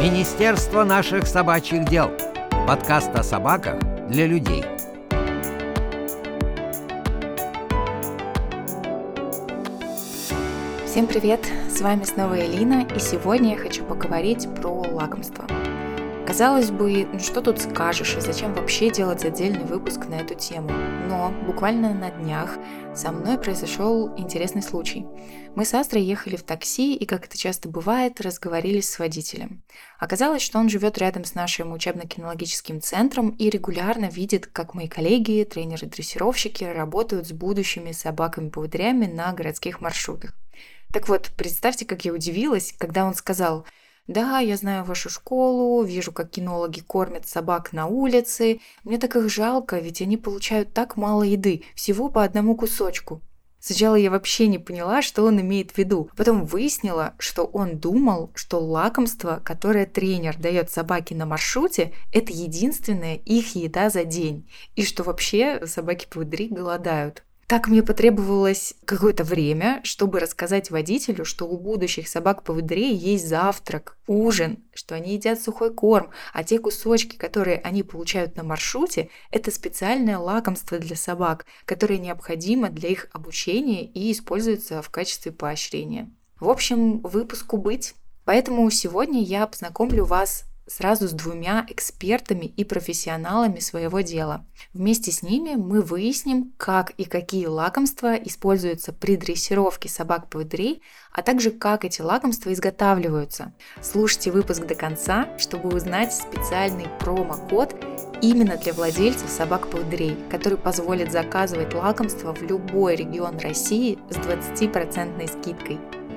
Министерство наших собачьих дел. Подкаст о собаках для людей. Всем привет! С вами снова Элина, и сегодня я хочу поговорить про лакомство. Казалось бы, что тут скажешь, и зачем вообще делать отдельный выпуск на эту тему? Но буквально на днях со мной произошел интересный случай. Мы с Астрой ехали в такси, и, как это часто бывает, разговорились с водителем. Оказалось, что он живет рядом с нашим учебно-кинологическим центром и регулярно видит, как мои коллеги, тренеры-дрессировщики работают с будущими собаками-поводырями на городских маршрутах. Так вот, представьте, как я удивилась, когда он сказал: «Да, я знаю вашу школу, вижу, как кинологи кормят собак на улице. Мне так их жалко, ведь они получают так мало еды, всего по одному кусочку». Сначала я вообще не поняла, что он имеет в виду. Потом выяснила, что он думал, что лакомство, которое тренер дает собаке на маршруте, это единственная их еда за день. И что вообще собаки-поводыри голодают. Так мне потребовалось какое-то время, чтобы рассказать водителю, что у будущих собак-поводырей есть завтрак, ужин, что они едят сухой корм, а те кусочки, которые они получают на маршруте, это специальное лакомство для собак, которое необходимо для их обучения и используется в качестве поощрения. В общем, выпуску быть. Поэтому сегодня я познакомлю вас сразу с двумя экспертами и профессионалами своего дела. Вместе с ними мы выясним, как и какие лакомства используются при дрессировке собак-поводырей, а также как эти лакомства изготавливаются. Слушайте выпуск до конца, чтобы узнать специальный промокод именно для владельцев собак-поводырей, который позволит заказывать лакомства в любой регион России с 20% скидкой.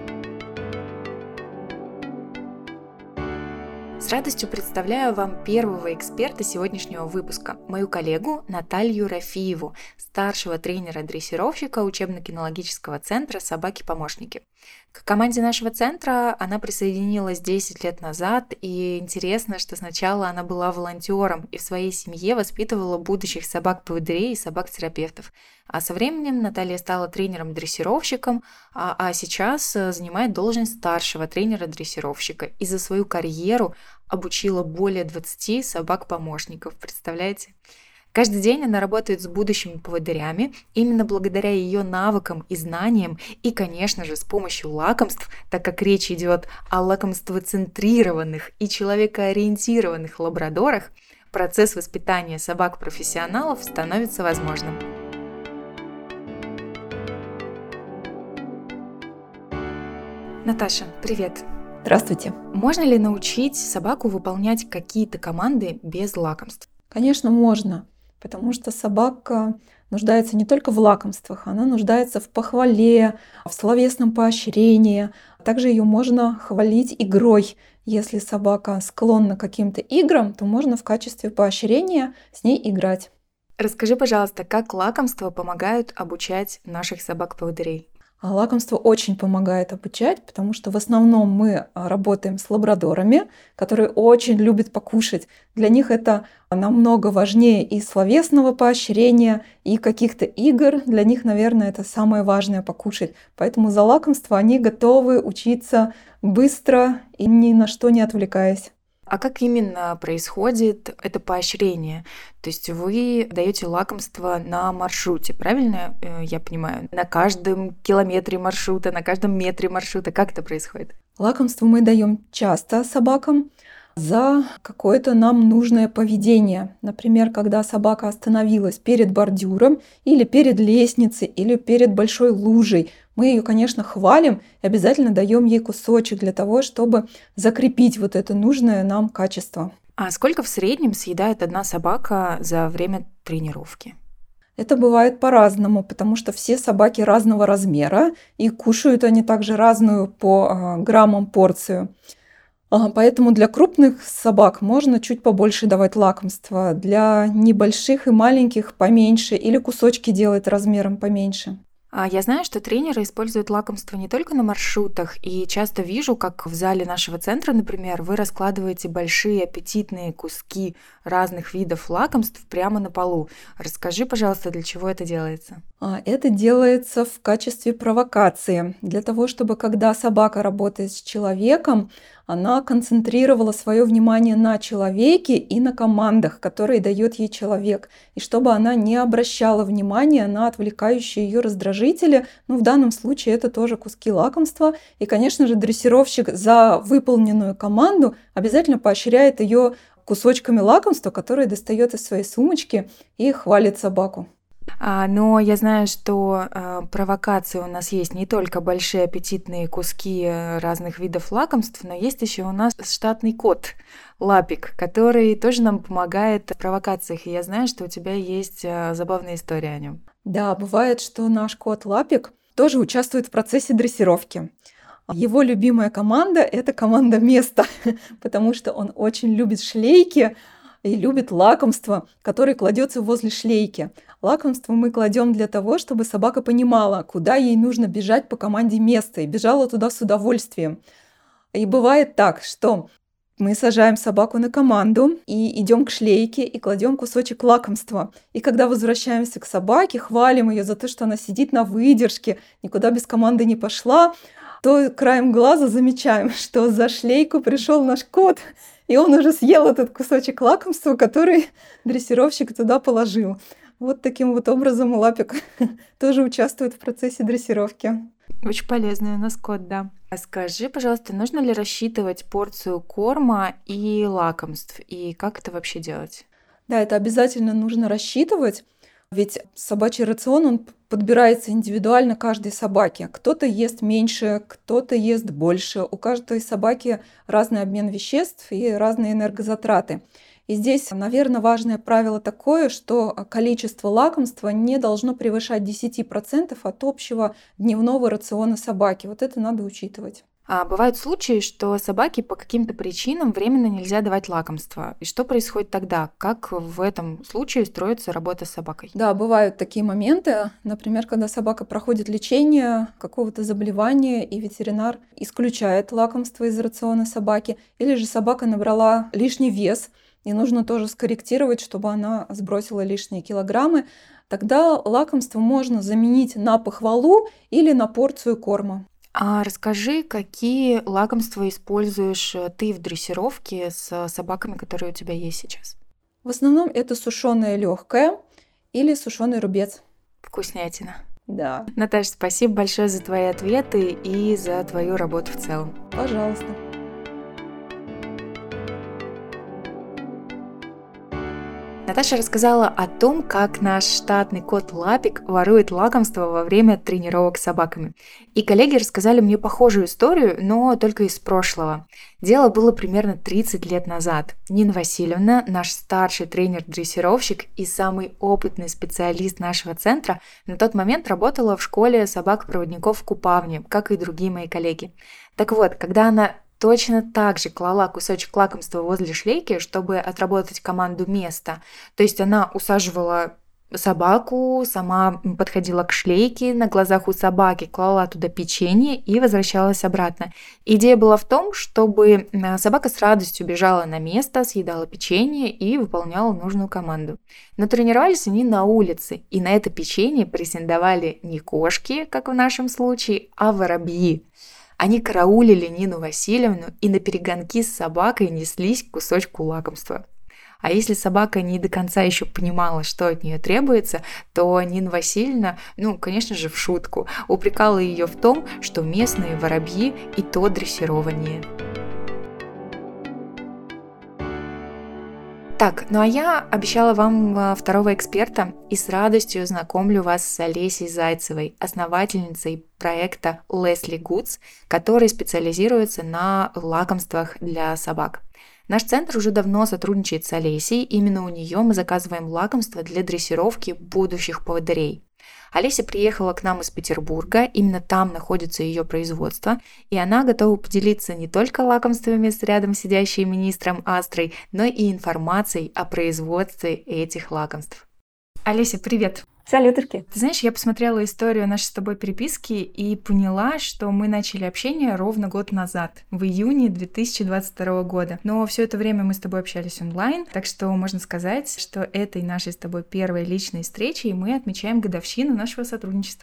С радостью представляю вам первого эксперта сегодняшнего выпуска, мою коллегу Наталью Рафиеву, старшего тренера-дрессировщика учебно-кинологического центра «Собаки-помощники». К команде нашего центра она присоединилась 10 лет назад, и интересно, что сначала она была волонтером и в своей семье воспитывала будущих собак-поводырей и собак-терапевтов. А со временем Наталья стала тренером-дрессировщиком, а сейчас занимает должность старшего тренера-дрессировщика. И за свою карьеру обучила более 20 собак-помощников, представляете? Каждый день она работает с будущими поводырями, именно благодаря ее навыкам и знаниям, и, конечно же, с помощью лакомств, так как речь идет о лакомствоцентрированных и человекоориентированных лабрадорах, процесс воспитания собак-профессионалов становится возможным. Наташа, привет! Здравствуйте! Можно ли научить собаку выполнять какие-то команды без лакомств? Конечно, можно, потому что собака нуждается не только в лакомствах, она нуждается в похвале, в словесном поощрении. Также ее можно хвалить игрой. Если собака склонна к каким-то играм, то можно в качестве поощрения с ней играть. Расскажи, пожалуйста, как лакомства помогают обучать наших собак-поводырей? Лакомство очень помогает обучать, потому что в основном мы работаем с лабрадорами, которые очень любят покушать. Для них это намного важнее и словесного поощрения, и каких-то игр. Для них, наверное, это самое важное — покушать. Поэтому за лакомство они готовы учиться быстро и ни на что не отвлекаясь. А как именно происходит это поощрение? То есть вы даете лакомство на маршруте, правильно я понимаю? На каждом километре маршрута, на каждом метре маршрута. Как это происходит? Лакомство мы даем часто собакам за какое-то нам нужное поведение. Например, когда собака остановилась перед бордюром или перед лестницей, или перед большой лужей, мы ее, конечно, хвалим и обязательно даем ей кусочек для того, чтобы закрепить вот это нужное нам качество. А сколько в среднем съедает одна собака за время тренировки? Это бывает по-разному, потому что все собаки разного размера, и кушают они также разную по граммам порцию. Поэтому для крупных собак можно чуть побольше давать лакомства, для небольших и маленьких поменьше, или кусочки делать размером поменьше. Я знаю, что тренеры используют лакомство не только на маршрутах, и часто вижу, как в зале нашего центра, например, вы раскладываете большие аппетитные куски разных видов лакомств прямо на полу. Расскажи, пожалуйста, для чего это делается? Это делается в качестве провокации, для того, чтобы, когда собака работает с человеком, она концентрировала свое внимание на человеке и на командах, которые дает ей человек, и чтобы она не обращала внимания на отвлекающие ее раздражители. В данном случае это тоже куски лакомства. И, конечно же, дрессировщик за выполненную команду обязательно поощряет ее кусочками лакомства, которые достает из своей сумочки, и хвалит собаку. Но я знаю, что провокации у нас есть не только большие аппетитные куски разных видов лакомств, но есть еще у нас штатный кот Лапик, который тоже нам помогает в провокациях. И я знаю, что у тебя есть забавная история о нем. Да, бывает, что наш кот Лапик тоже участвует в процессе дрессировки. Его любимая команда – это команда места, потому что он очень любит шлейки и любит лакомство, которое кладется возле шлейки. Лакомство мы кладем для того, чтобы собака понимала, куда ей нужно бежать по команде места, и бежала туда с удовольствием. И бывает так, что мы сажаем собаку на команду и идем к шлейке и кладем кусочек лакомства. И когда возвращаемся к собаке, хвалим ее за то, что она сидит на выдержке, никуда без команды не пошла, то краем глаза замечаем, что за шлейку пришел наш кот, и он уже съел этот кусочек лакомства, который дрессировщик туда положил. Вот таким вот образом Лапик тоже участвует в процессе дрессировки. Очень полезный у нас кот, да. А скажи, пожалуйста, нужно ли рассчитывать порцию корма и лакомств? И как это вообще делать? Да, это обязательно нужно рассчитывать, ведь собачий рацион, он подбирается индивидуально каждой собаке. Кто-то ест меньше, кто-то ест больше. У каждой собаки разный обмен веществ и разные энергозатраты. И здесь, наверное, важное правило такое, что количество лакомства не должно превышать 10% от общего дневного рациона собаки. Вот это надо учитывать. А бывают случаи, что собаке по каким-то причинам временно нельзя давать лакомство. И что происходит тогда? Как в этом случае строится работа с собакой? Да, бывают такие моменты. Например, когда собака проходит лечение какого-то заболевания, и ветеринар исключает лакомство из рациона собаки, или же собака набрала лишний вес, и нужно тоже скорректировать, чтобы она сбросила лишние килограммы. Тогда лакомство можно заменить на похвалу или на порцию корма. А расскажи, какие лакомства используешь ты в дрессировке с собаками, которые у тебя есть сейчас? В основном это сушеное легкое или сушеный рубец. Вкуснятина. Да. Наташа, спасибо большое за твои ответы и за твою работу в целом. Пожалуйста. Наташа рассказала о том, как наш штатный кот Лапик ворует лакомство во время тренировок с собаками. И коллеги рассказали мне похожую историю, но только из прошлого. Дело было примерно 30 лет назад. Нина Васильевна, наш старший тренер-дрессировщик и самый опытный специалист нашего центра, на тот момент работала в школе собак-проводников в Купавне, как и другие мои коллеги. Так вот, когда она точно так же клала кусочек лакомства возле шлейки, чтобы отработать команду места. То есть она усаживала собаку, сама подходила к шлейке, на глазах у собаки клала туда печенье и возвращалась обратно. Идея была в том, чтобы собака с радостью бежала на место, съедала печенье и выполняла нужную команду. Но тренировались они на улице, и на это печенье претендовали не кошки, как в нашем случае, а воробьи. Они караулили Нину Васильевну и на перегонки с собакой неслись к кусочку лакомства. А если собака не до конца еще понимала, что от нее требуется, то Нина Васильевна, конечно же, в шутку, упрекала ее в том, что местные воробьи и то дрессированнее. Так, а я обещала вам второго эксперта и с радостью знакомлю вас с Олесей Зайцевой, основательницей проекта Leslie Goods, который специализируется на лакомствах для собак. Наш центр уже давно сотрудничает с Олесей, именно у нее мы заказываем лакомства для дрессировки будущих поводырей. Олеся приехала к нам из Петербурга, именно там находится ее производство, и она готова поделиться не только лакомствами с рядом сидящей министром Астрой, но и информацией о производстве этих лакомств. Олеся, привет! Салютушки! Ты знаешь, я посмотрела историю нашей с тобой переписки и поняла, что мы начали общение ровно год назад, в июне 2022 года. Но все это время мы с тобой общались онлайн, так что можно сказать, что этой нашей с тобой первой личной встречей мы отмечаем годовщину нашего сотрудничества.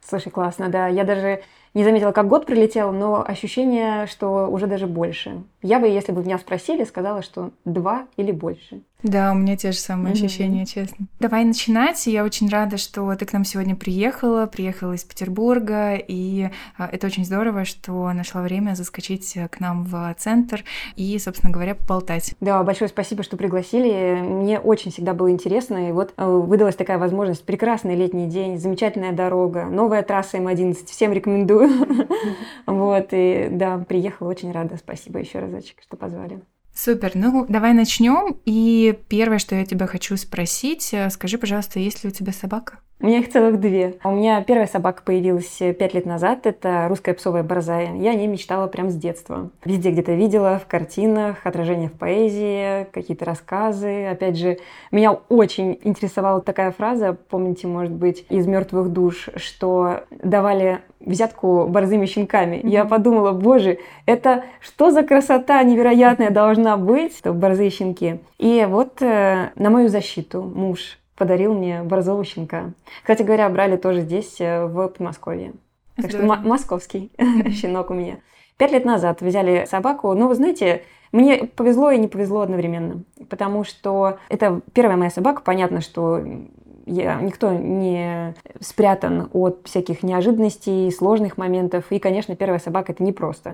Слушай, классно, да. Я даже не заметила, как год прилетел, но ощущение, что уже даже больше. Я бы, если бы меня спросили, сказала, что 2 или больше. Да, у меня те же самые ощущения, честно. Давай начинать. Я очень рада, что ты к нам сегодня приехала из Петербурга, и это очень здорово, что нашла время заскочить к нам в центр и, собственно говоря, поболтать. Да, большое спасибо, что пригласили. Мне очень всегда было интересно, и вот выдалась такая возможность. Прекрасный летний день, замечательная дорога, новая трасса М11. Всем рекомендую. Вот, и да, приехала, очень рада. Спасибо еще разочек, что позвали. Супер, ну давай начнем. И первое, что я тебя хочу спросить, скажи, пожалуйста, есть ли у тебя собака? У меня их целых 2. У меня первая собака появилась 5 лет назад. Это русская псовая борзая. Я о ней мечтала прям с детства. Везде где-то видела, в картинах, отражения в поэзии, какие-то рассказы. Опять же, меня очень интересовала такая фраза, помните, может быть, из «Мертвых душ», что давали взятку борзыми щенками. Я подумала, боже, это что за красота невероятная должна быть, что борзые щенки. И вот на мою защиту муж подарил мне борзого щенка. Кстати говоря, брали тоже здесь, в Подмосковье. Так что московский щенок у меня. 5 лет назад взяли собаку. Но вы знаете, мне повезло и не повезло одновременно. Потому что это первая моя собака. Понятно, что никто не спрятан от всяких неожиданностей, сложных моментов. И, конечно, первая собака – это непросто.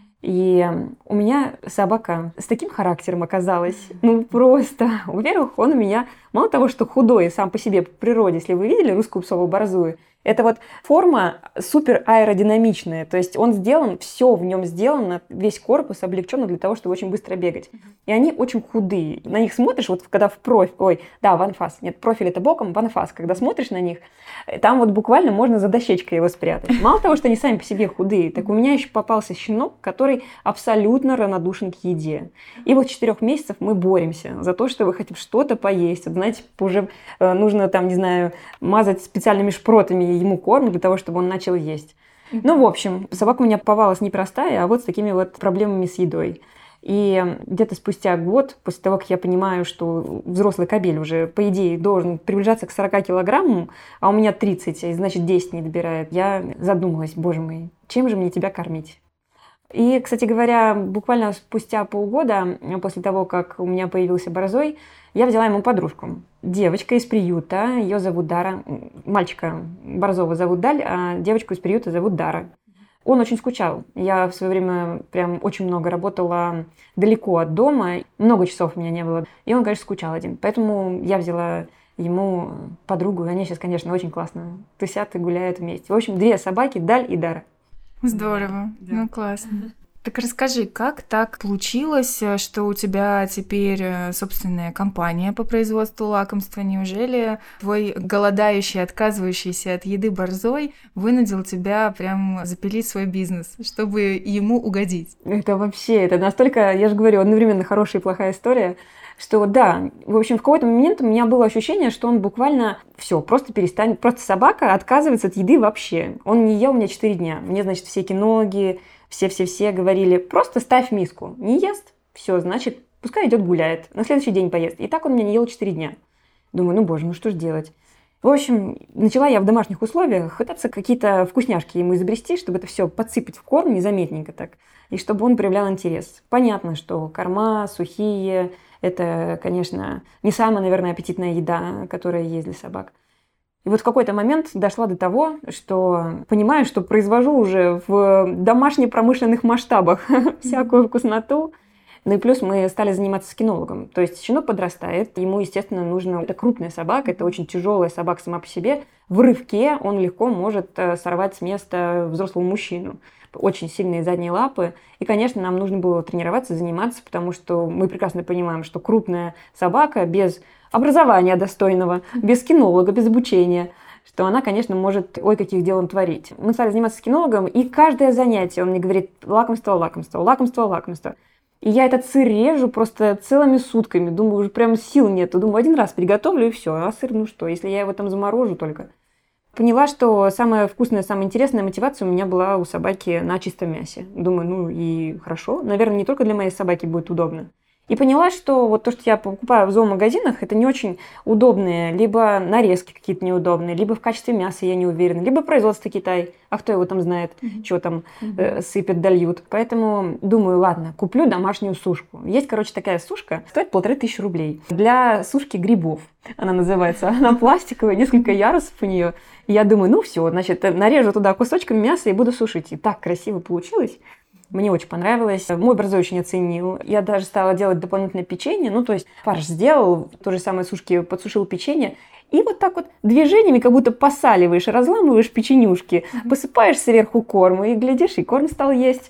И у меня собака с таким характером оказалась, ну просто. Во-первых, он у меня мало того, что худой сам по себе по природе, если вы видели русскую псовую борзую, это вот форма супер аэродинамичная, то есть он сделан, все в нем сделано, весь корпус облегчен для того, чтобы очень быстро бегать. И они очень худые. На них смотришь, вот когда в профиль, в анфас, нет, профиль это боком, в анфас, когда смотришь на них, там вот буквально можно за дощечкой его спрятать. Мало того, что они сами по себе худые, так у меня еще попался щенок, который абсолютно равнодушен к еде. И вот 4 месяцев мы боремся за то, чтобы хоть что-то поесть. Вот, знаете, уже нужно там, не знаю, мазать специальными шпротами ему корм для того, чтобы он начал есть. Ну, в общем, собака у меня попалась непростая, а вот с такими вот проблемами с едой. И где-то спустя год, после того, как я понимаю, что взрослый кобель уже, по идее, должен приближаться к 40 килограммам, а у меня 30, и значит 10 не добирает, я задумалась, боже мой, чем же мне тебя кормить? И, кстати говоря, буквально спустя полгода, после того, как у меня появился борзой, я взяла ему подружку. Девочка из приюта, ее зовут Дара. Мальчика борзого зовут Даль, а девочку из приюта зовут Дара. Он очень скучал. Я в свое время прям очень много работала далеко от дома. Много часов у меня не было. И он, конечно, скучал один. Поэтому я взяла ему подругу. И они сейчас, конечно, очень классно тусят и гуляют вместе. В общем, 2 собаки, Даль и Дара. Здорово. Да. Ну, классно. Так расскажи, как так получилось, что у тебя теперь собственная компания по производству лакомства? Неужели твой голодающий, отказывающийся от еды борзой вынудил тебя прям запилить свой бизнес, чтобы ему угодить? Это вообще, это настолько, я же говорю, одновременно хорошая и плохая история, что да, в общем, в какой-то момент у меня было ощущение, что он буквально все, просто перестанет, просто собака отказывается от еды вообще. Он не ел у меня 4 дня. Мне, значит, все кинологи, все говорили, просто ставь миску. Не ест, все, значит, пускай идет гуляет. На следующий день поест. И так он меня не ел 4 дня. Думаю, ну боже, ну что ж делать? В общем, начала я в домашних условиях пытаться какие-то вкусняшки ему изобрести, чтобы это все подсыпать в корм незаметненько так, и чтобы он проявлял интерес. Понятно, что корма, сухие, это, конечно, не самая, наверное, аппетитная еда, которая есть для собак. И вот в какой-то момент дошла до того, что понимаю, что произвожу уже в домашне-промышленных масштабах всякую вкусноту. Ну и плюс мы стали заниматься с кинологом. То есть щенок подрастает, ему, естественно, нужно... Это крупная собака, это очень тяжелая собака сама по себе. В рывке он легко может сорвать с места взрослого мужчину. Очень сильные задние лапы. И, конечно, нам нужно было тренироваться, заниматься, потому что мы прекрасно понимаем, что крупная собака без образования достойного, без кинолога, без обучения, что она, конечно, может ой каких дел творить. Мы стали заниматься с кинологом, и каждое занятие он мне говорит лакомство, лакомство, лакомство, лакомство. И я этот сыр режу просто целыми сутками. Думаю, уже прям сил нету. Думаю, один раз приготовлю и все. А сыр, ну что, если я его там заморожу только. Поняла, что самая вкусная, самая интересная мотивация у меня была у собаки на чистом мясе. Думаю, ну и хорошо. Наверное, не только для моей собаки будет удобно. И поняла, что вот то, что я покупаю в зоомагазинах, это не очень удобные, либо нарезки какие-то неудобные, либо в качестве мяса я не уверена, либо производство Китай, а кто его там знает, что там сыпят, дольют. Поэтому думаю, ладно, куплю домашнюю сушку. Есть, короче, такая сушка, стоит 1500 рублей. Для сушки грибов она называется. Она пластиковая, несколько ярусов у нее. И я думаю, ну все, значит, нарежу туда кусочками мяса и буду сушить. И так красиво получилось. Мне очень понравилось. Мой борзой очень оценил. Я даже стала делать дополнительное печенье. Ну, то есть фарш сделал, в той же самой сушке подсушил печенье. И вот так вот движениями как будто посаливаешь, разламываешь печенюшки, посыпаешь сверху корм, и глядишь, и корм стал есть.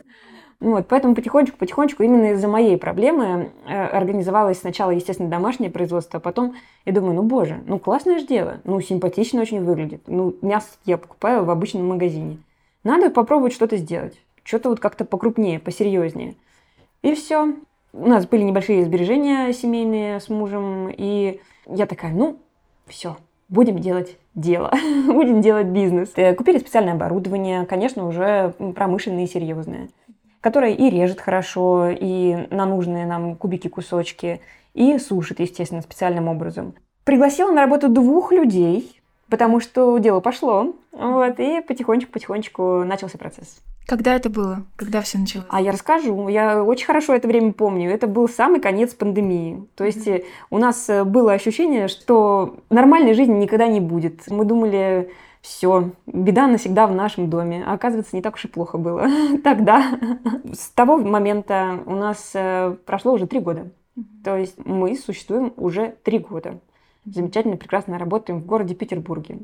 Вот, поэтому потихонечку, именно из-за моей проблемы организовалось сначала, естественно, домашнее производство, а потом я думаю, ну боже, ну классное же дело, ну симпатично очень выглядит. Ну, мясо я покупаю в обычном магазине. Надо попробовать что-то сделать. Что-то вот как-то покрупнее, посерьезнее. И все. У нас были небольшие сбережения семейные с мужем, и я такая, ну, все, будем делать дело, будем делать бизнес. Купили специальное оборудование, конечно, уже промышленное и серьезное, которое и режет хорошо, и на нужные нам кубики, кусочки, и сушит, естественно, специальным образом. Пригласила на работу 2 людей, потому что дело пошло, вот, и потихонечку начался процесс. Когда это было? Когда все началось? А я расскажу. Я очень хорошо это время помню. Это был самый конец пандемии. То есть у нас было ощущение, что нормальной жизни никогда не будет. Мы думали, все, беда навсегда в нашем доме. А оказывается, не так уж и плохо было тогда. С того момента у нас прошло уже 3 года. То есть мы существуем уже 3 года. Замечательно, прекрасно работаем в городе Петербурге.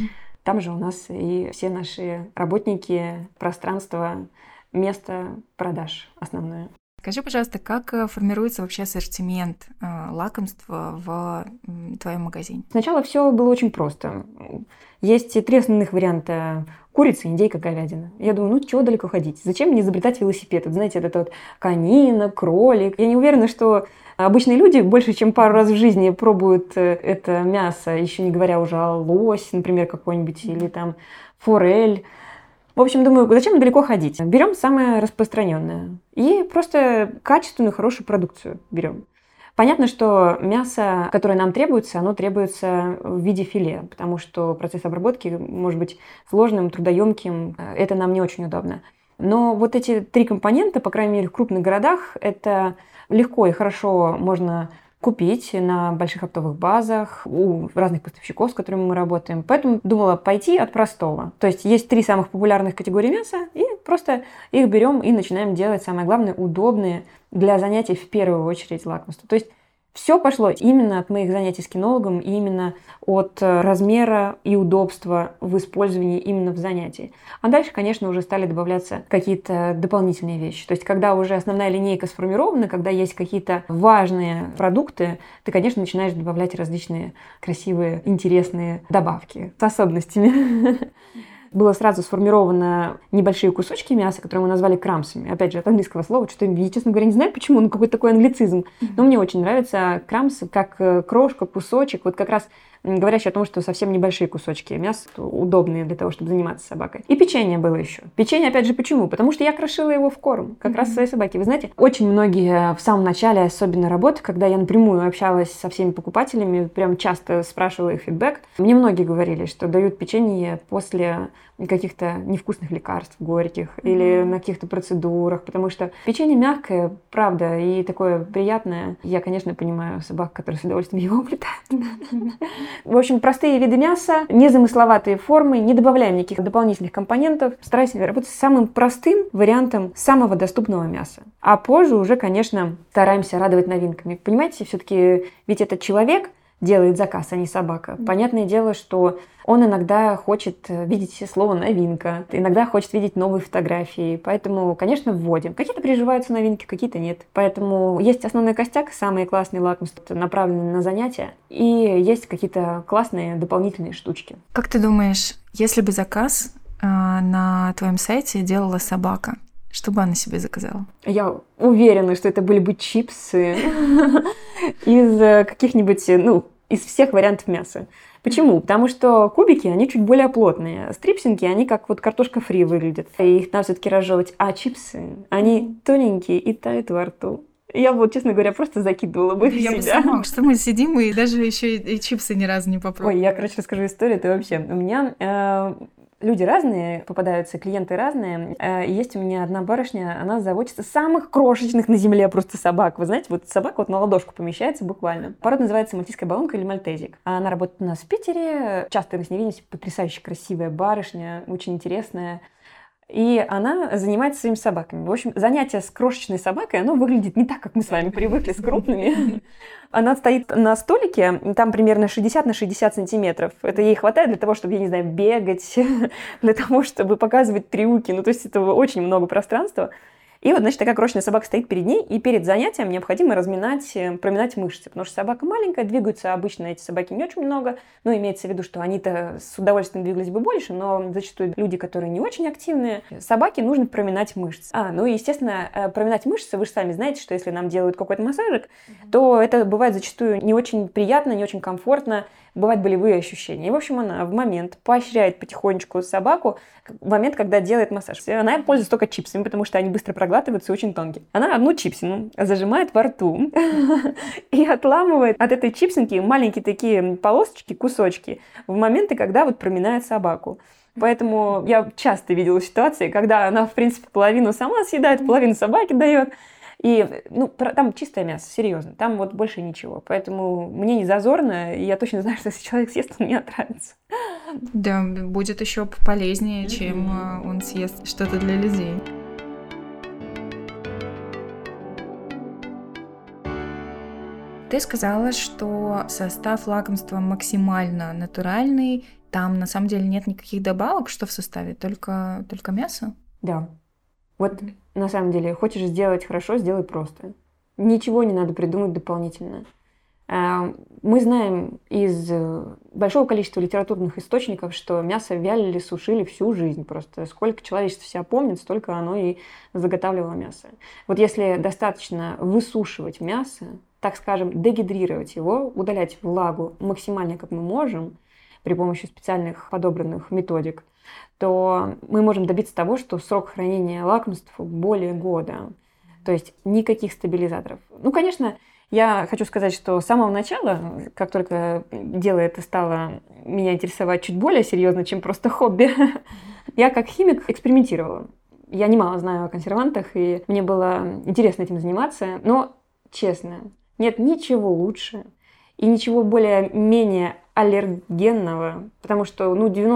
Там же у нас и все наши работники, пространство, место продаж основное. Скажи, пожалуйста, как формируется вообще ассортимент лакомства в твоем магазине? Сначала все было очень просто. Есть 3 основных варианта: курица, индейка, говядина. Я думаю, ну чего далеко ходить? Зачем мне изобретать велосипед? Вот, знаете, это вот конина, кролик. Я не уверена, что обычные люди больше, чем пару раз в жизни пробуют это мясо, еще не говоря уже о лось, например, какой-нибудь, или там форель. В общем, думаю, зачем далеко ходить? Берем самое распространенное и просто качественную, хорошую продукцию берем. Понятно, что мясо, которое нам требуется, оно требуется в виде филе, потому что процесс обработки может быть сложным, трудоемким, это нам не очень удобно. Но вот эти 3 компонента, по крайней мере, в крупных городах, это легко и хорошо можно купить на больших оптовых базах у разных поставщиков, с которыми мы работаем. Поэтому думала пойти от простого. То есть есть 3 самых популярных категории мяса, и просто их берем и начинаем делать, самое главное, удобные для занятий в первую очередь лакомства. То есть все пошло именно от моих занятий с кинологом, и именно от размера и удобства в использовании именно в занятии. А дальше, конечно, уже стали добавляться какие-то дополнительные вещи. То есть, когда уже основная линейка сформирована, когда есть какие-то важные продукты, ты, конечно, начинаешь добавлять различные красивые, интересные добавки с особенностями. Было сразу сформировано небольшие кусочки мяса, которые мы назвали крамсами. Опять же, от английского слова, что я, честно говоря, не знаю, почему, но какой-то такой англицизм. Но мне очень нравится крамс как крошка, кусочек, вот как раз говорящий о том, что совсем небольшие кусочки мяса, удобные для того, чтобы заниматься собакой. И печенье было еще. Печенье, опять же, почему? Потому что я крошила его в корм, как раз своей собаке. Вы знаете, очень многие в самом начале, особенно работы, когда я напрямую общалась со всеми покупателями, прям часто спрашивала их фидбэк, мне многие говорили, что дают печенье после каких-то невкусных лекарств, горьких, или на каких-то процедурах, потому что печенье мягкое, правда, и такое приятное. Я, конечно, понимаю собак, которые с удовольствием его уплетают. В общем, простые виды мяса, незамысловатые формы, не добавляем никаких дополнительных компонентов. Стараюсь работать с самым простым вариантом самого доступного мяса. А позже уже, конечно, стараемся радовать новинками. Понимаете, все-таки ведь этот человек делает заказ, а не собака. Понятное дело, что он иногда хочет видеть слово «новинка», иногда хочет видеть новые фотографии. Поэтому, конечно, вводим. Какие-то приживаются новинки, какие-то нет. Поэтому есть основной костяк, самые классные лакомства, направленные на занятия, и есть какие-то классные дополнительные штучки. Как ты думаешь, если бы заказ на твоем сайте делала собака, что бы она себе заказала? Я уверена, что это были бы чипсы из каких-нибудь, из всех вариантов мяса. Почему? Потому что кубики, они чуть более плотные. Стрипсинги, они как вот картошка фри выглядят. И их надо все-таки разжевывать. А чипсы, они тоненькие и тают во рту. Я вот, честно говоря, просто закидывала бы в себя. Я сама, что мы сидим и даже еще и чипсы ни разу не попробовали. Ой, я, короче, расскажу историю. Это вообще... У меня люди разные, попадаются, клиенты разные. И есть у меня одна барышня, она заботится самых крошечных на земле просто собак. Вы знаете, вот собака вот на ладошку помещается буквально. Порода называется мальтийская болонка или мальтезик. Она работает у нас в Питере. Часто мы с ней видимся. Потрясающе красивая барышня, очень интересная. И она занимается своими собаками. В общем, занятие с крошечной собакой, оно выглядит не так, как мы с вами привыкли, с крупными. Она стоит на столике, там примерно 60 на 60 сантиметров. Это ей хватает для того, чтобы, я не знаю, бегать, для того, чтобы показывать трюки. Ну, то есть это очень много пространства. И вот, значит, такая крошечная собака стоит перед ней, и перед занятием необходимо проминать мышцы, потому что собака маленькая, двигаются обычно эти собаки не очень много, но имеется в виду, что они-то с удовольствием двигались бы больше, но зачастую люди, которые не очень активные, собаке нужно проминать мышцы. Ну и, естественно, проминать мышцы, вы же сами знаете, что если нам делают какой-то массажик, то это бывает зачастую не очень приятно, не очень комфортно, бывают болевые ощущения. И, в общем, она в момент поощряет потихонечку собаку, в момент, когда делает массаж. Она пользуется только чипсами, потому что они быстро проглатываются и очень тонкие. Она одну чипсину зажимает во рту и отламывает от этой чипсинки маленькие такие полосочки, кусочки в моменты, когда вот проминает собаку. Поэтому я часто видела ситуации, когда она, в принципе, половину сама съедает, половину собаке дает. И, там чистое мясо, серьезно, там вот больше ничего. Поэтому мне не зазорно, и я точно знаю, что если человек съест, он мне отравится. Да, будет еще полезнее, чем он съест что-то для людей. Ты сказала, что состав лакомства максимально натуральный, там на самом деле нет никаких добавок, что в составе, только мясо? Да. Вот на самом деле, хочешь сделать хорошо, сделай просто. Ничего не надо придумать дополнительно. Мы знаем из большого количества литературных источников, что мясо вялили, сушили всю жизнь. Просто сколько человечество себя помнит, столько оно и заготавливало мясо. Вот если достаточно высушивать мясо, так скажем, дегидрировать его, удалять влагу максимально, как мы можем, при помощи специальных подобранных методик, то мы можем добиться того, что срок хранения лакомств более года. То есть никаких стабилизаторов. Конечно, я хочу сказать, что с самого начала, как только дело это стало меня интересовать чуть более серьезно, чем просто хобби, я как химик экспериментировала. Я немало знаю о консервантах, и мне было интересно этим заниматься. Но, честно, нет ничего лучше и ничего более-менее аллергенного, потому что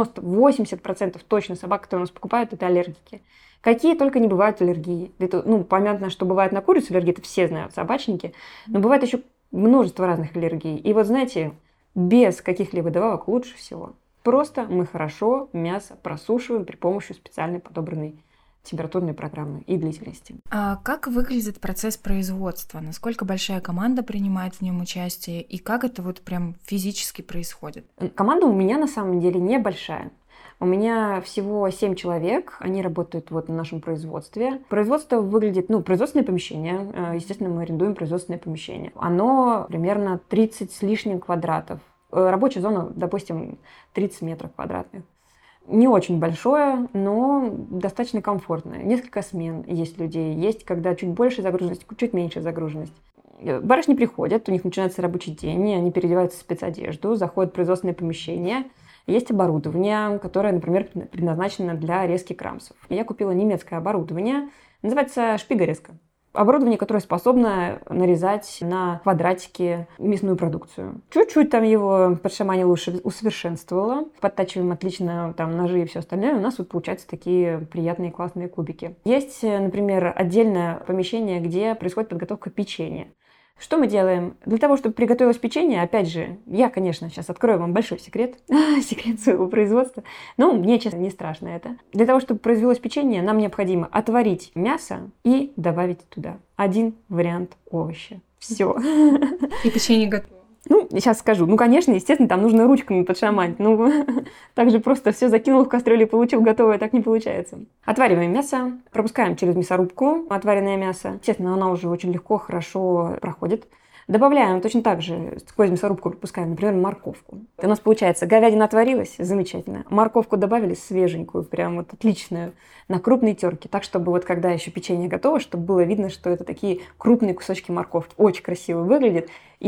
90-80% точно собак, которые у нас покупают, это аллергики. Какие только не бывают аллергии. Это, понятно, что бывает на курицу аллергия, это все знают, собачники, но бывает еще множество разных аллергий. И вот знаете, без каких-либо добавок лучше всего. Просто мы хорошо мясо просушиваем при помощи специальной подобранной температурной программы и длительности. А как выглядит процесс производства? Насколько большая команда принимает в нем участие? И как это вот прям физически происходит? Команда у меня на самом деле небольшая. У меня всего 7 человек, они работают вот на нашем производстве. Производство выглядит, производственное помещение, естественно, мы арендуем производственное помещение. Оно примерно 30 с лишним квадратов. Рабочая зона, допустим, 30 метров квадратных. Не очень большое, но достаточно комфортное. Несколько смен есть людей. Есть, когда чуть больше загруженность, чуть меньше загруженность. Барышни приходят, у них начинается рабочий день, они переодеваются в спецодежду, заходят в производственное помещение. Есть оборудование, которое, например, предназначено для резки крамсов. Я купила немецкое оборудование, называется шпигарезка. Оборудование, которое способно нарезать на квадратики мясную продукцию. Чуть-чуть там его подшаманила, усовершенствовала. Подтачиваем отлично там ножи и все остальное. У нас вот получаются такие приятные классные кубики. Есть, например, отдельное помещение, где происходит подготовка печенья. Что мы делаем? Для того, чтобы приготовилось печенье, опять же, я, конечно, сейчас открою вам большой секрет, секрет своего производства, но мне, честно, не страшно это. Для того, чтобы произвелось печенье, нам необходимо отварить мясо и добавить туда один вариант овоща. Все. И печенье готово. Сейчас скажу. Конечно, естественно, там нужно ручками подшаманить. Так же просто все закинул в кастрюлю и получил готовое, так не получается. Отвариваем мясо, пропускаем через мясорубку отваренное мясо. Естественно, оно уже очень легко, хорошо проходит. Добавляем точно так же, сквозь мясорубку пропускаем, например, морковку. У нас получается, говядина отварилась, замечательно. Морковку добавили свеженькую, прям вот отличную, на крупной терке. Так, чтобы вот когда еще печенье готово, чтобы было видно, что это такие крупные кусочки морковки. Очень красиво выглядит,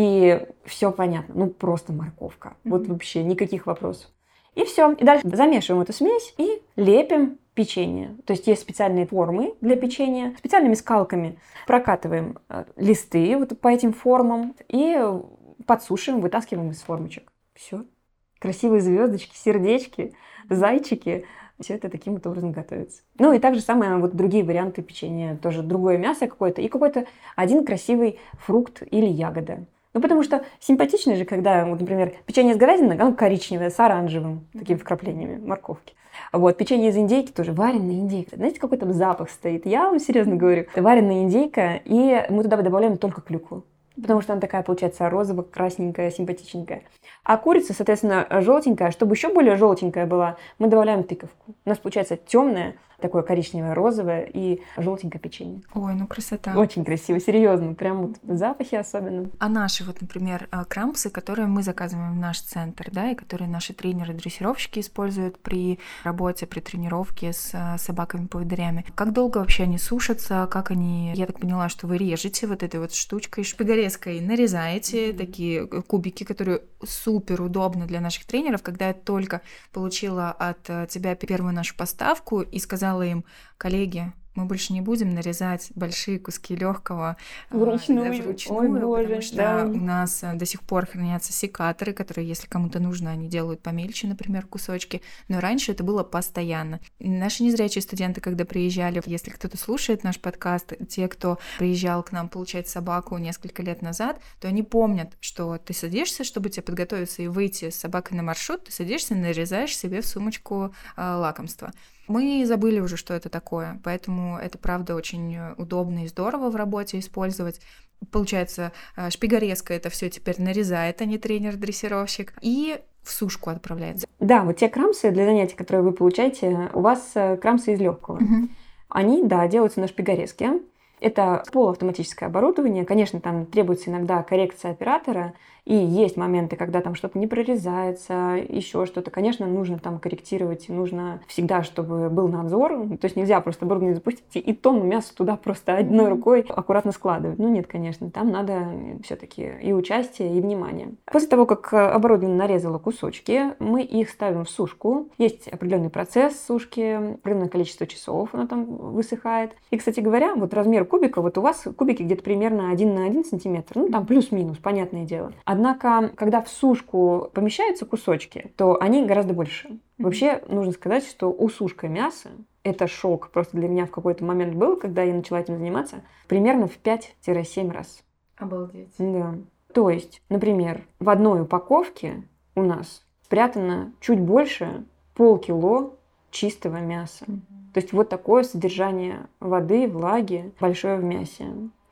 и все понятно. Ну, просто морковка. Вот вообще никаких вопросов. И все. И дальше замешиваем эту смесь и лепим печенье. То есть есть специальные формы для печенья. Специальными скалками прокатываем листы вот по этим формам и подсушиваем, вытаскиваем из формочек. Все. Красивые звездочки, сердечки, зайчики. Все это таким вот образом готовится. Ну и так же самое вот другие варианты печенья. Тоже другое мясо какое-то и какой-то один красивый фрукт или ягода. Ну, потому что симпатично же, когда, вот, например, печенье с говядиной, оно коричневое, с оранжевым такими вкраплениями морковки. Вот, печенье из индейки тоже, вареная индейка. Знаете, какой там запах стоит? Я вам серьезно говорю. Это вареная индейка, и мы туда добавляем только клюкву. Потому что она такая, получается, розовая, красненькая, симпатичненькая. А курица, соответственно, желтенькая. Чтобы еще более желтенькая была, мы добавляем тыковку. У нас получается темная, такое коричневое, розовое и желтенькое печенье. Ой, ну красота. Очень красиво, серьезно. Прям вот запахи особенно. А наши, вот, например, крампсы, которые мы заказываем в наш центр, да, и которые наши тренеры-дрессировщики используют при работе, при тренировке с собаками-поводырями. Как долго вообще они сушатся? Как они... Я так поняла, что вы режете вот этой вот штучкой, шпиголеской нарезаете такие кубики, которые супер удобны для наших тренеров. Когда я только получила от тебя первую нашу поставку и сказала им: коллеги, мы больше не будем нарезать большие куски легкого вручную, потому что у нас до сих пор хранятся секаторы, которые, если кому-то нужно, они делают помельче, например, кусочки. Но раньше это было постоянно. Наши незрячие студенты, когда приезжали, если кто-то слушает наш подкаст, те, кто приезжал к нам получать собаку несколько лет назад, то они помнят, что ты садишься, чтобы тебе подготовиться и выйти с собакой на маршрут, ты садишься и нарезаешь себе в сумочку лакомства. Мы забыли уже, что это такое, поэтому это, правда, очень удобно и здорово в работе использовать. Получается, шпигорезка это все теперь нарезает, а не тренер-дрессировщик, и в сушку отправляется. Да, вот те крамсы для занятий, которые вы получаете, у вас крамсы из легкого. Они, да, делаются на шпигорезке. Это полуавтоматическое оборудование. Конечно, там требуется иногда коррекция оператора, и есть моменты, когда там что-то не прорезается, еще что-то. Конечно, нужно там корректировать, нужно всегда, чтобы был надзор. То есть нельзя просто оборудование запустить и тонну мяса туда просто одной рукой аккуратно складывать. Ну нет, конечно, там надо все-таки и участие, и внимание. После того, как оборудование нарезало кусочки, мы их ставим в сушку. Есть определенный процесс сушки, определенное количество часов оно там высыхает. И, кстати говоря, вот размер кубика, вот у вас кубики где-то примерно 1 на 1 сантиметр, ну там плюс-минус, понятное дело. Однако, когда в сушку помещаются кусочки, то они гораздо больше. Вообще, нужно сказать, что усушка мяса – это шок. Просто для меня в какой-то момент был, когда я начала этим заниматься, примерно в 5-7 раз. Обалдеть. Да. То есть, например, в одной упаковке у нас спрятано чуть больше полкило чистого мяса. То есть вот такое содержание воды, влаги большое в мясе.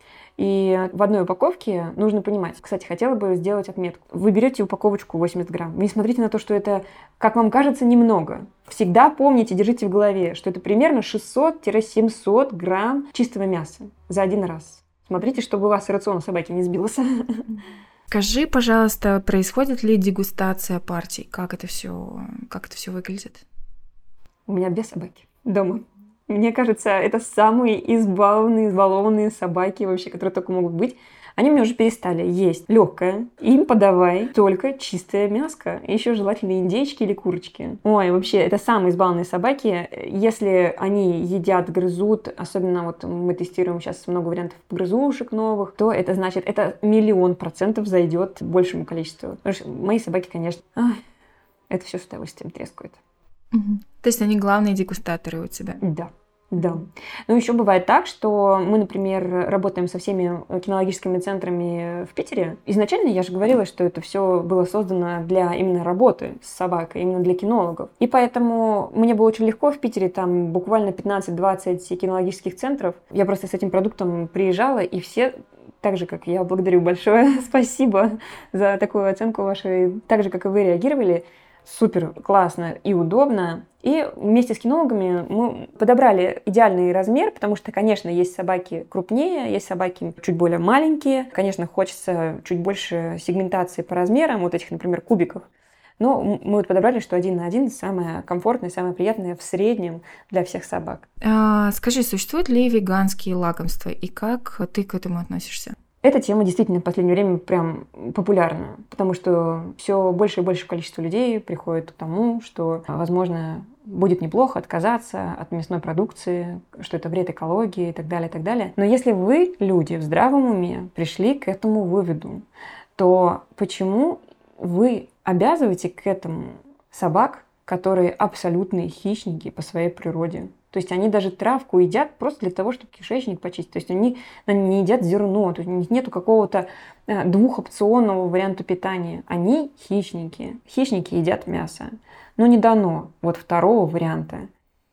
И в одной упаковке нужно понимать, кстати, хотела бы сделать отметку. Вы берете упаковочку 80 грамм. Вы не смотрите на то, что это, как вам кажется, немного. Всегда помните, держите в голове, что это примерно 600-700 грамм чистого мяса за один раз. Смотрите, чтобы у вас рацион собаки не сбился. Скажи, пожалуйста, происходит ли дегустация партий? Как это все выглядит? У меня 2 собаки дома. Мне кажется, это самые избалованные собаки вообще, которые только могут быть. Они у меня уже перестали есть легкое. Им подавай только чистое мяско. И еще желательно индейчики или курочки. Ой, вообще, это самые избалованные собаки. Если они едят, грызут, особенно вот мы тестируем сейчас много вариантов грызушек новых, то это значит, это 1000000% зайдет большему количеству. Потому что мои собаки, конечно, это все с удовольствием трескают. То есть они главные дегустаторы у тебя? Да. Ну, еще бывает так, что мы, например, работаем со всеми кинологическими центрами в Питере. Изначально я же говорила, что это все было создано для именно работы с собакой, именно для кинологов. И поэтому мне было очень легко в Питере, там буквально 15-20 кинологических центров. Я просто с этим продуктом приезжала, и все... Так же, как я благодарю большое, спасибо за такую оценку вашу, так же, как и вы реагировали. супер классно и удобно. И вместе с кинологами мы подобрали идеальный размер, потому что, конечно, есть собаки крупнее, есть собаки чуть более маленькие. Конечно, хочется чуть больше сегментации по размерам, вот этих, например, кубиков. Но мы вот подобрали, что 1 на 1 самое комфортное, самое приятное в среднем для всех собак. Скажи, существуют ли веганские лакомства и как ты к этому относишься? Эта тема действительно в последнее время прям популярна, потому что все больше и больше количество людей приходит к тому, что, возможно, будет неплохо отказаться от мясной продукции, что это вред экологии и так далее, и так далее. Но если вы, люди в здравом уме, пришли к этому выводу, то почему вы обязываете к этому собак, которые абсолютные хищники по своей природе? То есть они даже травку едят просто для того, чтобы кишечник почистить. То есть они не едят зерно, то есть у них нет какого-то двухопционного варианта питания. Они хищники. Хищники едят мясо. Но не дано вот второго варианта.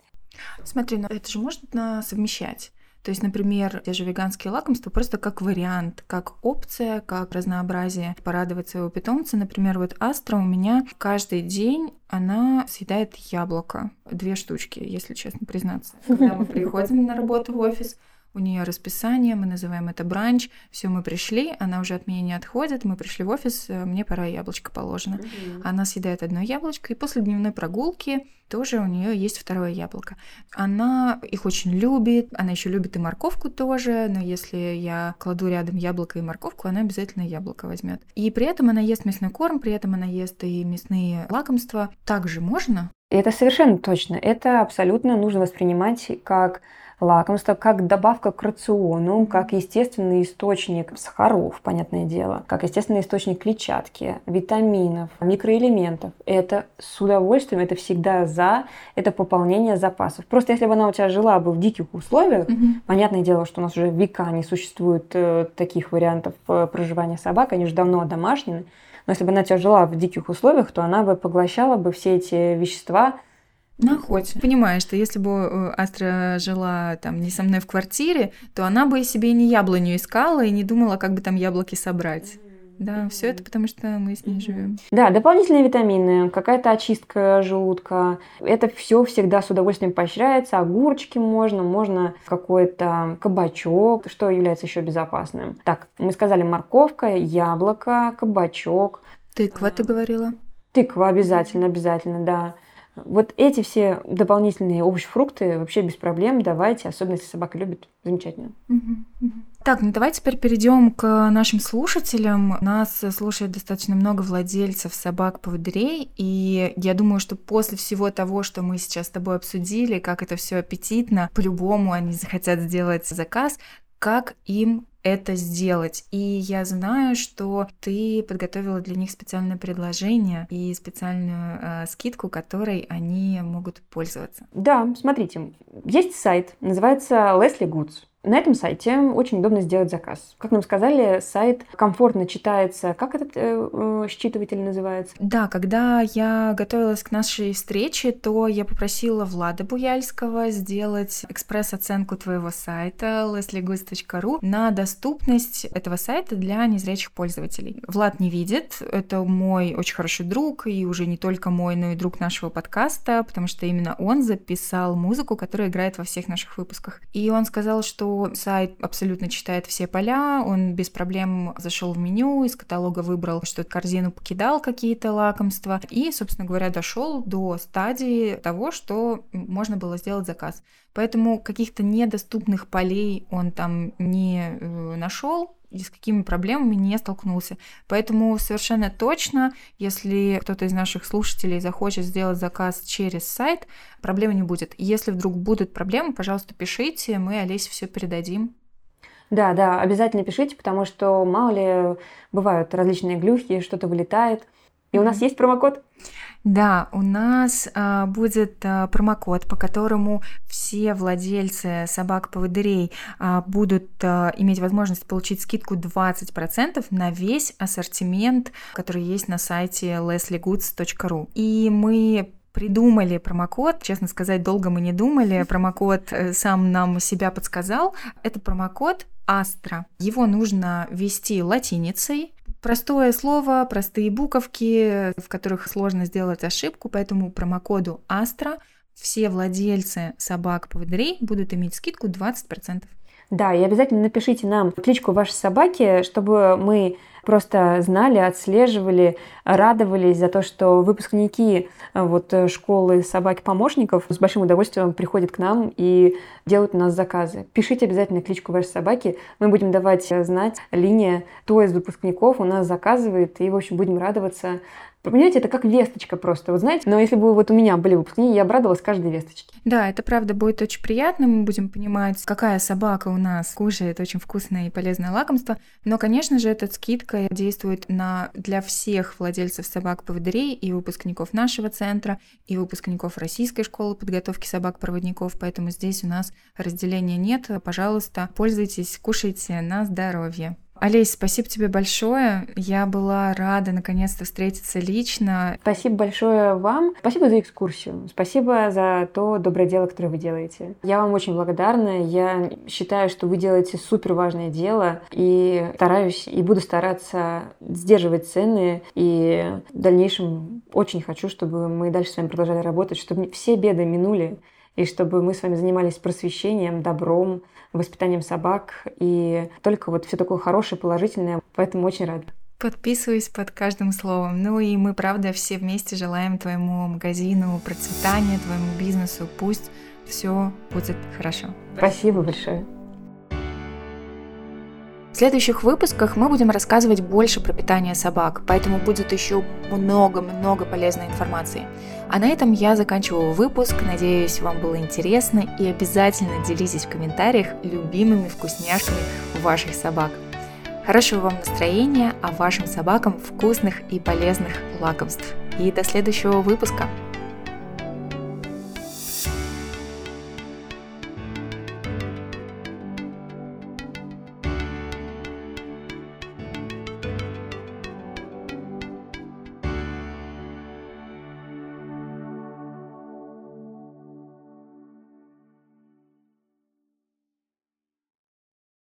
Смотри, но это же можно совмещать. То есть, например, те же веганские лакомства просто как вариант, как опция, как разнообразие порадовать своего питомца. Например, вот Астра у меня каждый день она съедает яблоко. 2 штучки, если честно признаться. Когда мы приходим на работу в офис, у нее расписание, мы называем это бранч. Все, мы пришли, она уже от меня не отходит. Мы пришли в офис, мне пора, яблочко положено. Она съедает 1 яблочко, и после дневной прогулки тоже у нее есть 2 яблоко. Она их очень любит, она еще любит и морковку тоже, но если я кладу рядом яблоко и морковку, она обязательно яблоко возьмет. И при этом она ест мясной корм, при этом она ест и мясные лакомства. Также можно? Это совершенно точно. Это абсолютно нужно воспринимать как лакомство, как добавка к рациону, как естественный источник сахаров, понятное дело, как естественный источник клетчатки, витаминов, микроэлементов. Это с удовольствием, это всегда это пополнение запасов. Просто если бы она у тебя жила бы в диких условиях, понятное дело, что у нас уже века не существует таких вариантов проживания собак, они уже давно одомашнены. Но если бы она у тебя жила в диких условиях, то она бы поглощала бы все эти вещества на охоте. Понимаешь, что если бы Астра жила там не со мной в квартире, то она бы себе и не яблоню искала и не думала, как бы там яблоки собрать. Да, все это потому, что мы с ней живем. Да, дополнительные витамины, какая-то очистка желудка. Это все всегда с удовольствием поощряется. Огурчики можно какой-то кабачок, что является еще безопасным. Так, мы сказали морковка, яблоко, кабачок. Тыква, ты говорила? Тыква обязательно, да. Вот эти все дополнительные овощи-фрукты вообще без проблем давайте, особенно если собака любит. Замечательно. Так, ну давай теперь перейдем к нашим слушателям. Нас слушает достаточно много владельцев собак-поводырей, и я думаю, что после всего того, что мы сейчас с тобой обсудили, как это все аппетитно, по-любому они захотят сделать заказ. Как им это сделать? И я знаю, что ты подготовила для них специальное предложение и специальную скидку, которой они могут пользоваться. Да, смотрите, есть сайт, называется Leslie Goods. На этом сайте очень удобно сделать заказ. Как нам сказали, сайт комфортно читается. Как этот считыватель называется? Да, когда я готовилась к нашей встрече, то я попросила Влада Буяльского сделать экспресс-оценку твоего сайта leslieGoods.ru на доступность этого сайта для незрячих пользователей. Влад не видит, это мой очень хороший друг, и уже не только мой, но и друг нашего подкаста, потому что именно он записал музыку, которая играет во всех наших выпусках. И он сказал, что сайт абсолютно читает все поля, он без проблем зашел в меню, из каталога выбрал, что корзину покидал какие-то лакомства и, собственно говоря, дошел до стадии того, что можно было сделать заказ. Поэтому каких-то недоступных полей он там не нашел, и с какими проблемами не столкнулся. Поэтому совершенно точно, если кто-то из наших слушателей захочет сделать заказ через сайт, проблем не будет. Если вдруг будут проблемы, пожалуйста, пишите, мы Олесе все передадим. Да, обязательно пишите, потому что, мало ли, бывают различные глюхи, что-то вылетает. И у нас есть промокод? Да, у нас будет промокод, по которому все владельцы собак-поводырей будут иметь возможность получить скидку 20% на весь ассортимент, который есть на сайте leslieGoods.ru. И мы придумали промокод, честно сказать, долго мы не думали, промокод сам нам себя подсказал. Это промокод Астра. Его нужно ввести латиницей, Простое слово, простые буковки, в которых сложно сделать ошибку, поэтому промокоду Astra все владельцы собак-поводырей будут иметь скидку 20%. Да, и обязательно напишите нам кличку вашей собаки, чтобы мы просто знали, отслеживали, радовались за то, что выпускники школы собак-помощников с большим удовольствием приходят к нам и делают у нас заказы. Пишите обязательно кличку вашей собаки, мы будем давать знать Лине, кто из выпускников у нас заказывает, и, в общем, будем радоваться. Понимаете, это как весточка просто, вот знаете, но если бы у меня были выпускники, я обрадовалась каждой весточке. Да, это правда будет очень приятно, мы будем понимать, какая собака у нас кушает очень вкусное и полезное лакомство, но, конечно же, эта скидка действует для всех владельцев собак-поводырей и выпускников нашего центра, и выпускников Российской школы подготовки собак-проводников, поэтому здесь у нас разделения нет, пожалуйста, пользуйтесь, кушайте на здоровье. Олесь, спасибо тебе большое. Я была рада наконец-то встретиться лично. Спасибо большое вам. Спасибо за экскурсию. Спасибо за то доброе дело, которое вы делаете. Я вам очень благодарна. Я считаю, что вы делаете супер важное дело. И стараюсь, и буду стараться сдерживать цены. И в дальнейшем очень хочу, чтобы мы дальше с вами продолжали работать, чтобы все беды минули. И чтобы мы с вами занимались просвещением, добром, воспитанием собак. И только все такое хорошее, положительное. Поэтому очень рада. Подписываюсь под каждым словом. Ну и мы, правда, все вместе желаем твоему магазину процветания, твоему бизнесу. Пусть все будет хорошо. Спасибо большое. В следующих выпусках мы будем рассказывать больше про питание собак, поэтому будет еще много-много полезной информации. А на этом я заканчиваю выпуск. Надеюсь, вам было интересно, и обязательно делитесь в комментариях любимыми вкусняшками ваших собак. Хорошего вам настроения, а вашим собакам вкусных и полезных лакомств. И до следующего выпуска!